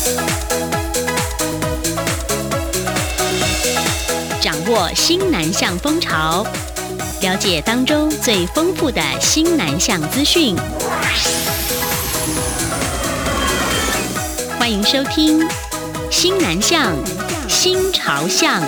掌握新南向风潮，了解当中最丰富的新南向资讯。欢迎收听《新南向新潮向》。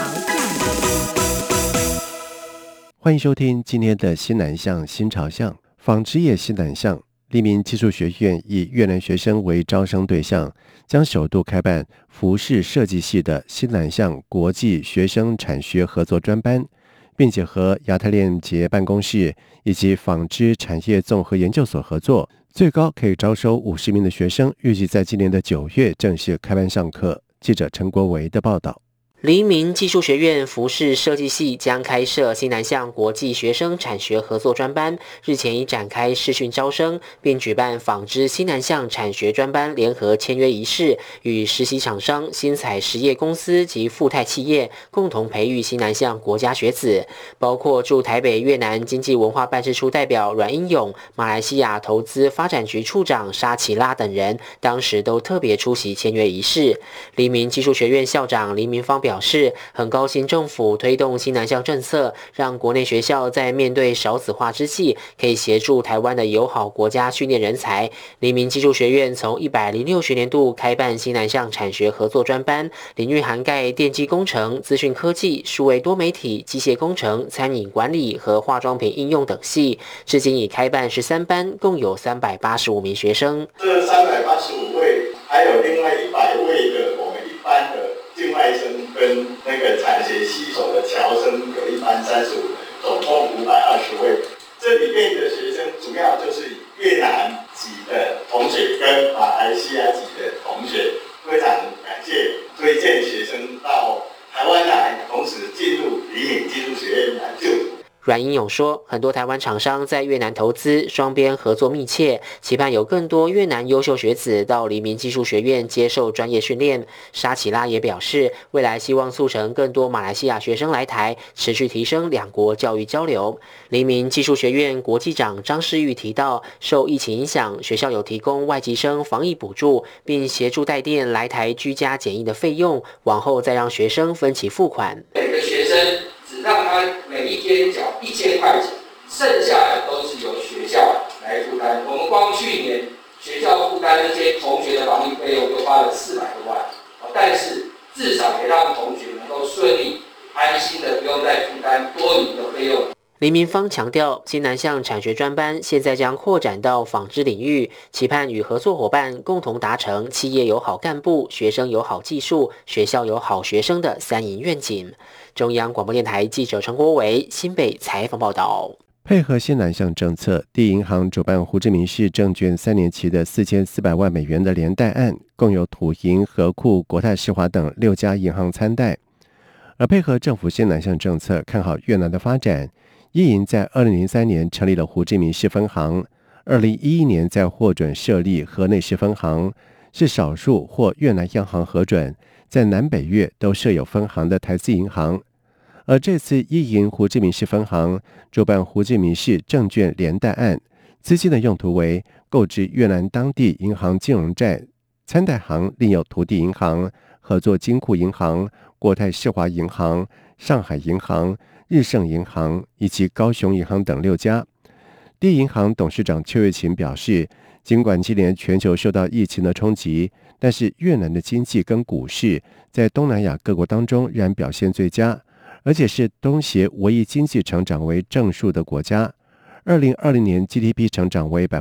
欢迎收听今天的新南向新潮向。纺织业新南向，黎明技术学院以越南学生为招生对象，将首度开办服饰设计系的新南向国际学生产学合作专班，并且和亚太链接办公室以及纺织产业综合研究所合作，最高可以招收50名的学生，预计在今年的9月正式开班上课。记者陈国维的报道。 黎明技术学院服饰设计系将开设新南向国际学生产学合作专班，日前已展开视讯招生，并举办纺织新南向产学专班联合签约仪式，与实习厂商新采实业公司及富泰企业共同培育新南向国家学子，包括驻台北越南经济文化办事处代表阮英勇、马来西亚投资发展局处长沙奇拉等人，当时都特别出席签约仪式。黎明技术学院校长黎明芳表示，很高兴政府推动新南向政策，让国内学校在面对少子化之际，可以协助台湾的友好国家训练人才。黎明技术学院从106学年度开办新南向产学合作专班，领域涵盖电机工程、资讯科技、数位多媒体、机械工程、餐饮管理和化妆品应用等系，至今已开办13班，共有385名学生。 这385位，还有另外100位的我们一般的境外生跟那个产学系所的侨生有1班35人，总共520位。这里面的学生主要就是越南籍的同学跟马来西亚籍的同学，非常感谢推荐学生到台湾来，同时进入黎明技术学院来就读。 阮英勇说，很多台湾厂商在越南投资，双边合作密切，期盼有更多越南优秀学子到黎明技术学院接受专业训练。沙奇拉也表示，未来希望促成更多马来西亚学生来台，持续提升两国教育交流。黎明技术学院国际长张世玉提到，受疫情影响，学校有提供外籍生防疫补助，并协助代垫来台居家检疫的费用，往后再让学生分期付款。 每个学生只让他每一天缴1000块钱，剩下的都是由学校来负担。我们光去年学校负担这些同学的防疫费用就花了400多万，但是至少也让同学能够顺利、安心的不用再负担多余的费用。 黎明芳强调，新南向产学专班现在将扩展到纺织领域，期盼与合作伙伴共同达成企业有好干部、学生有好技术、学校有好学生的3赢愿景。中央广播电台记者陈国维新北采访报道。 配合新南向政策，第一银行主办胡志明市证券3年期的4400万美元的连贷案，共有土银、和库、国泰世华等6家银行参贷。而配合政府新南向政策，看好越南的发展，一银在2003年成立了胡志明市分行，2011年再获准设立河内市分行，是少数获越南央行核准在南北越都设有分行的台资银行。而这次一银胡志明市分行主办胡志明市证券连贷案，资金的用途为购置越南当地银行金融债，参贷行另有土地银行、合作金库银行、国泰世华银行、上海银行、日盛银行以及高雄银行等6家。第一银行董事长邱月琴表示，尽管今年全球受到疫情的冲击，但是越南的经济跟股市在东南亚各国当中仍然表现最佳，而且是东协唯一经济成长为正数的国家。2020年 GDP 成长为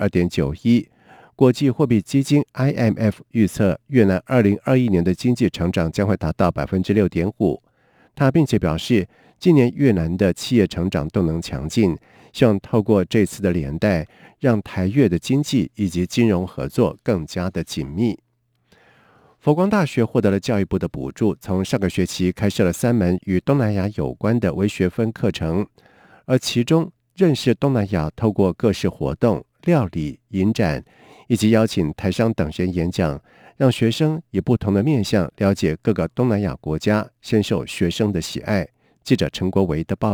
2.91%， 国际货币基金 IMF 预测越南2021年的经济成长将会达到 6.5%。 他并且表示，今年越南的企业成长动能强劲，希望透过这次的连带，让台越的经济以及金融合作更加的紧密。佛光大学获得了教育部的补助，从上个学期开设了3门与东南亚有关的微学分课程，而其中认识东南亚透过各式活动、料理、影展以及邀请台商等人演讲，让学生以不同的面向了解各个东南亚国家，深受学生的喜爱。记者陈国维的报道。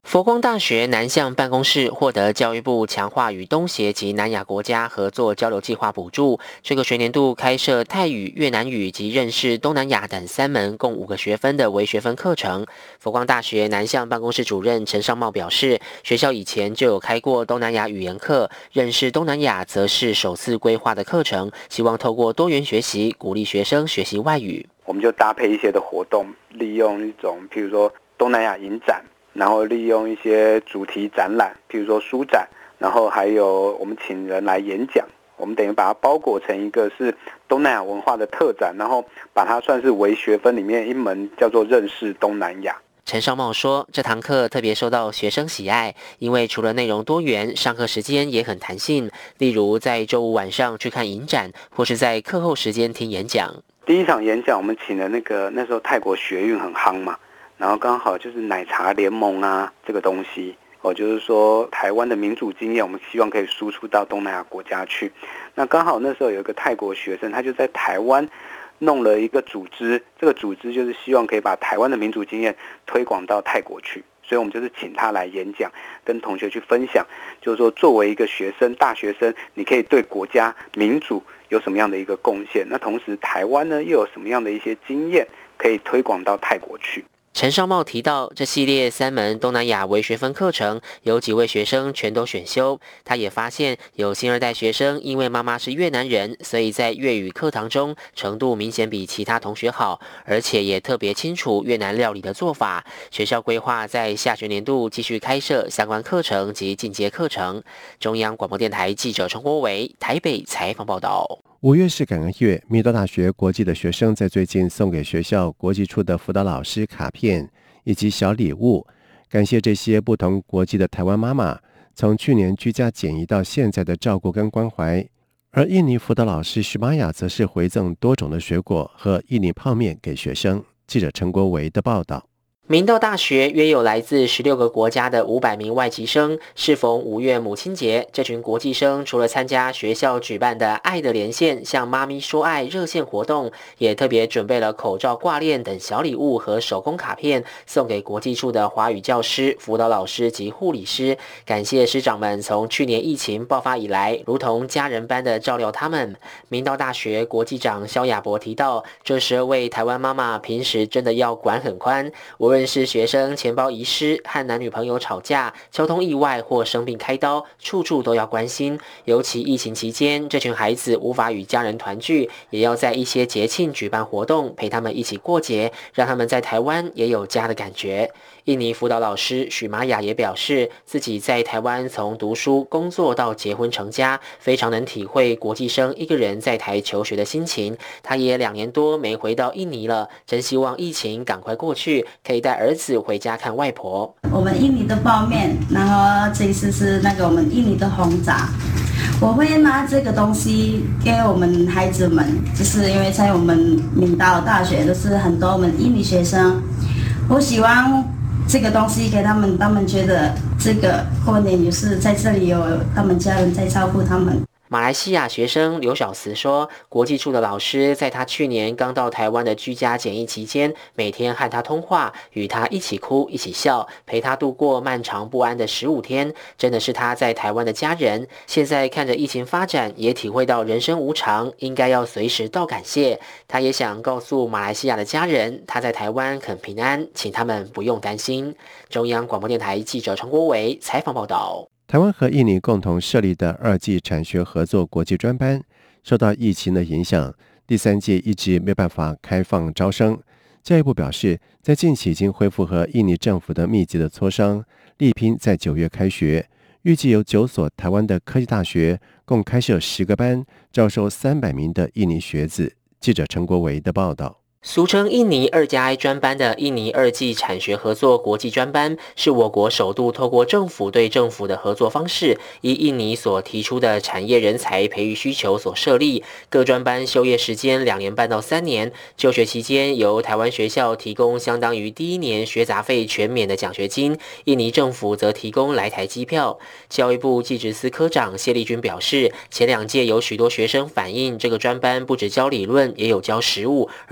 佛光大学南向办公室获得教育部强化与东协及南亚国家合作交流计划补助，这个学年度开设泰语、越南语及认识东南亚等3门共5个学分的微学分课程。佛光大学南向办公室主任陈尚茂表示，学校以前就有开过东南亚语言课，认识东南亚则是首次规划的课程，希望透过多元学习，鼓励学生学习外语。 我们就搭配一些的活动，利用一种譬如说东南亚影展，然后利用一些主题展览，譬如说书展，然后还有我们请人来演讲，我们等于把它包裹成一个是东南亚文化的特展，然后把它算是微学分里面一门叫做认识东南亚。 陈尚茂说，这堂课特别受到学生喜爱，因为除了内容多元，上课时间也很弹性，例如在周五晚上去看影展，或是在课后时间听演讲。 第一场演讲我们请了那时候泰国学运很夯嘛，然后刚好就是奶茶联盟啊这个东西，就是说台湾的民主经验我们希望可以输出到东南亚国家去。那刚好那时候有一个泰国学生，他就在台湾弄了一个组织，这个组织就是希望可以把台湾的民主经验推广到泰国去，所以我们就是请他来演讲，跟同学去分享，就是说作为一个学生，大学生，你可以对国家民主有什么样的一个贡献，那同时台湾呢又有什么样的一些经验可以推广到泰国去。 陈尚茂提到，这系列3门东南亚微学分课程，有几位学生全都选修。他也发现有新2代学生，因为妈妈是越南人，所以在粤语课堂中程度明显比其他同学好，而且也特别清楚越南料理的做法。学校规划在下学年度继续开设相关课程及进阶课程。中央广播电台记者陈国维台北采访报道。 5月是感恩月，密多大学国际的学生在最近送给学校国际处的辅导老师卡片以及小礼物，感谢这些不同国籍的台湾妈妈从去年居家检疫到现在的照顾跟关怀。而印尼辅导老师许玛雅则是回赠多种的水果和印尼泡面给学生。记者陈国维的报道。 明道大学约有来自16个国家的500名外籍生，适逢5月母亲节，这群国际生除了参加学校举办的爱的连线向妈咪说爱热线活动，也特别准备了口罩挂链等小礼物和手工卡片，送给国际处的华语教师、辅导老师及护理师，感谢师长们从去年疫情爆发以来，如同家人般的照料他们。明道大学国际长肖亚博提到，这12位台湾妈妈平时真的要管很宽，无论是学生钱包遗失、和男女朋友吵架、交通意外或生病开刀，处处都要关心。尤其疫情期间，这群孩子无法与家人团聚，也要在一些节庆举办活动，陪他们一起过节，让他们在台湾也有家的感觉。印尼辅导老师许玛雅也表示，自己在台湾从读书、工作到结婚成家，非常能体会国际生一个人在台求学的心情。他也2年多没回到印尼了，真希望疫情赶快过去，可以带儿子回家看外婆。 我们印尼的泡面，然后这一次是我们印尼的红炸。我会拿这个东西给我们孩子们，就是因为在我们明道大学都是很多我们印尼学生，我希望这个东西给他们，他们觉得这个过年就是在这里有他们家人在照顾他们。 马来西亚学生刘小慈说，国际处的老师在他去年刚到台湾的居家检疫期间，每天和他通话，与他一起哭一起笑，陪他度过漫长不安的15天，真的是他在台湾的家人。现在看着疫情发展，也体会到人生无常，应该要随时道感谢。他也想告诉马来西亚的家人，他在台湾很平安，请他们不用担心。中央广播电台记者陈国维采访报道。 台湾和印尼共同设立的2技产学合作国际专班，受到疫情的影响，第3届一直没办法开放招生。教育部表示，在近期已经恢复和印尼政府的密集的磋商，力拼在9月开学。预计有9所台湾的科技大学共开设10个班，招收300名的印尼学子。记者陈国维的报道。 俗称印尼2+1专班的印尼2技产学合作国际专班，是我国首度透过政府对政府的合作方式，依印尼所提出的产业人才培育需求所设立。各专班修业时间2年半到3年，就学期间由台湾学校提供相当于第1年学杂费全免的奖学金，印尼政府则提供来台机票。教育部技职司科长谢丽君表示，前2届有许多学生反映，这个专班不只教理论，也有教实务，而且能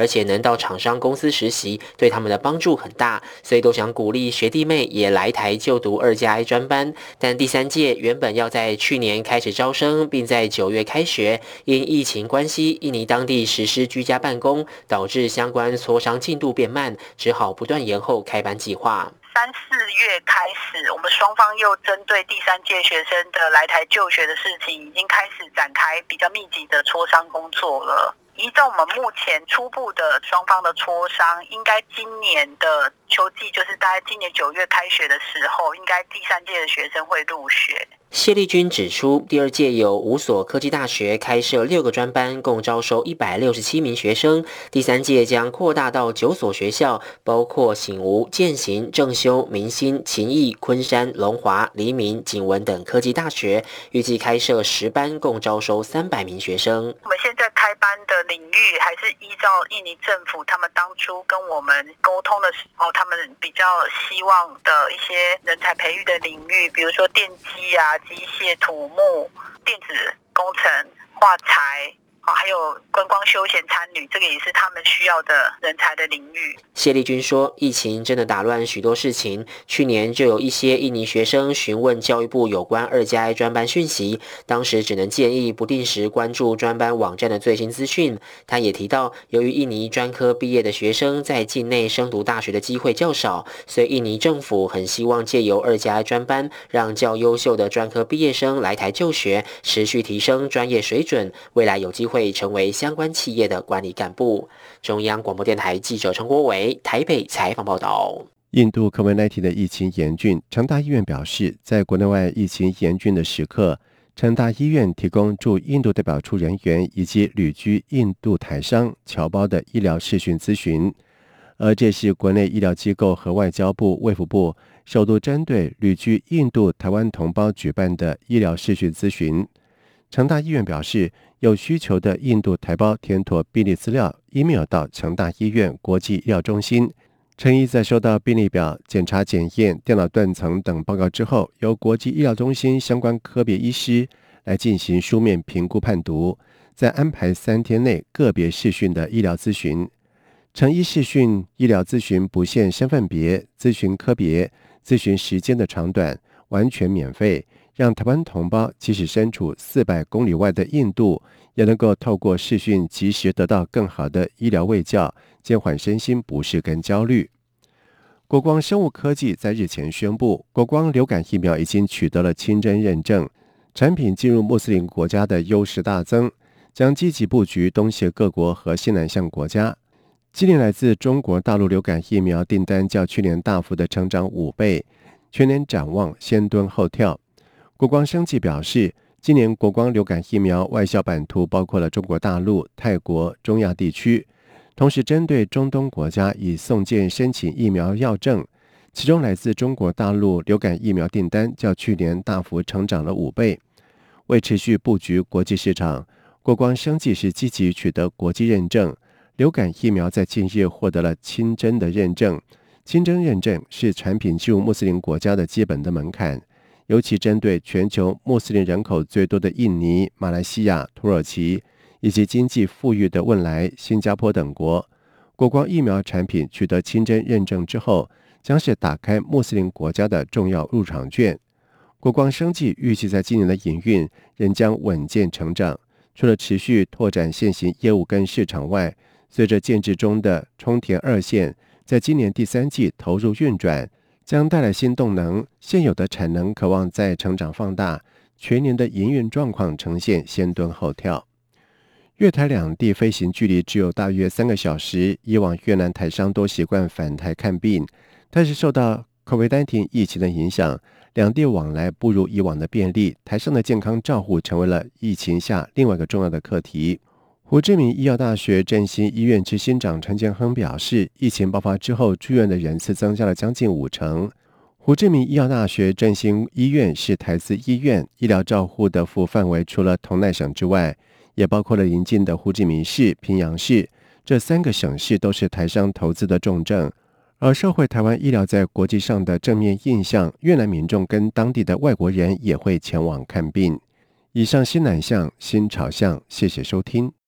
到厂商公司实习，对他们的帮助很大，所以都想鼓励学弟妹也来台就读2+1专班。但第3届原本要在去年开始招生，并在9月开学，因疫情关系，印尼当地实施居家办公，导致相关磋商进度变慢，只好不断延后开班计划。 3、4月开始，我们双方又针对第3届学生的来台就学的事情，已经开始展开比较密集的磋商工作了。依照我们目前初步的双方的磋商，应该今年的秋季，就是大概今年9月开学的时候，应该第3届的学生会入学。 谢丽君指出，第2届有5所科技大学开设6个专班，共招收167名学生。第3届将扩大到9所学校，包括醒吾、建行、正修、明新、勤益、昆山、龙华、黎明、景文等科技大学，预计开设10班，共招收300名学生。 我们现在开班的领域还是依照印尼政府他们当初跟我们沟通的时候，他们比较希望的一些人才培育的领域，比如说电机啊、机械、土木、电子工程、化材，还有观光休闲餐旅，这个也是他们需要的人才的领域。 谢丽君说，疫情真的打乱许多事情，去年就有一些印尼学生询问教育部有关2+1专班讯息，当时只能建议不定时关注专班网站的最新资讯。他也提到，由于印尼专科毕业的学生在境内升读大学的机会较少，所以印尼政府很希望借由2+1专班，让较优秀的专科毕业生来台就学，持续提升专业水准，未来有机会成为相关企业的管理干部。中央广播电台记者陈国伟台北采访报道。 印度 COVID-19 的疫情严峻，成大医院表示，在国内外疫情严峻的时刻，成大医院提供驻印度代表处人员以及旅居印度台商侨胞的医疗视讯咨询，而这是国内医疗机构和外交部、卫福部首度针对旅居印度台湾同胞举办的医疗视讯咨询。成大医院表示，有需求的印度台胞填妥病历资料 email 到成大医院国际医疗中心，成医在收到病历表、检查检验、电脑断层等报告之后，由国际医疗中心相关科别医师来进行书面评估判读，再安排3天内个别视讯的医疗咨询。成医视讯医疗咨询不限身份别、咨询科别、咨询时间的长短，完全免费，让台湾同胞即使身处400公里外的印度，也能够透过视讯及时得到更好的医疗卫教，减缓身心不适跟焦虑。国光生物科技在日前宣布，国光流感疫苗已经取得了清真认证，产品进入穆斯林国家的优势大增，将积极布局东协各国和西南向国家。今年来自中国大陆流感疫苗订单较去年大幅的成长5倍，全年展望先蹲后跳。国光生技表示，今年国光流感疫苗外销版图包括了中国大陆、泰国、中亚地区，同时针对中东国家已送件申请疫苗药证，其中来自中国大陆流感疫苗订单较去年大幅成长了5倍。为持续布局国际市场，国光生技是积极取得国际认证，流感疫苗在近日获得了清真的认证。清真认证是产品进入穆斯林国家的基本的门槛，尤其针对全球穆斯林人口最多的印尼、马来西亚、土耳其以及经济富裕的汶莱、新加坡等国。国光疫苗产品取得清真认证之后，将是打开穆斯林国家的重要入场券。国光生技预计在今年的营运仍将稳健成长，除了持续拓展现行业务跟市场外，随着建制中的冲田2线在今年第3季投入运转，将带来新动能，现有的产能可望再成长放大，全年的营运状况呈现先蹲后跳。越台两地飞行距离只有大约3个小时，以往越南台商都习惯返台看病，但是受到 COVID-19 疫情的影响，两地往来不如以往的便利，台商的健康照护成为了疫情下另外一个重要的课题。胡志明医药大学振兴医院执行长陈建亨表示，疫情爆发之后，住院的人次增加了将近50%。胡志明医药大学振兴医院是台资医院，医疗照护的服务范围除了同奈省之外，也包括了邻近的胡志明市、平阳市，这3个省市都是台商投资的重镇。而受惠台湾医疗在国际上的正面印象，越南民众跟当地的外国人也会前往看病。以上新南向、新朝向，谢谢收听。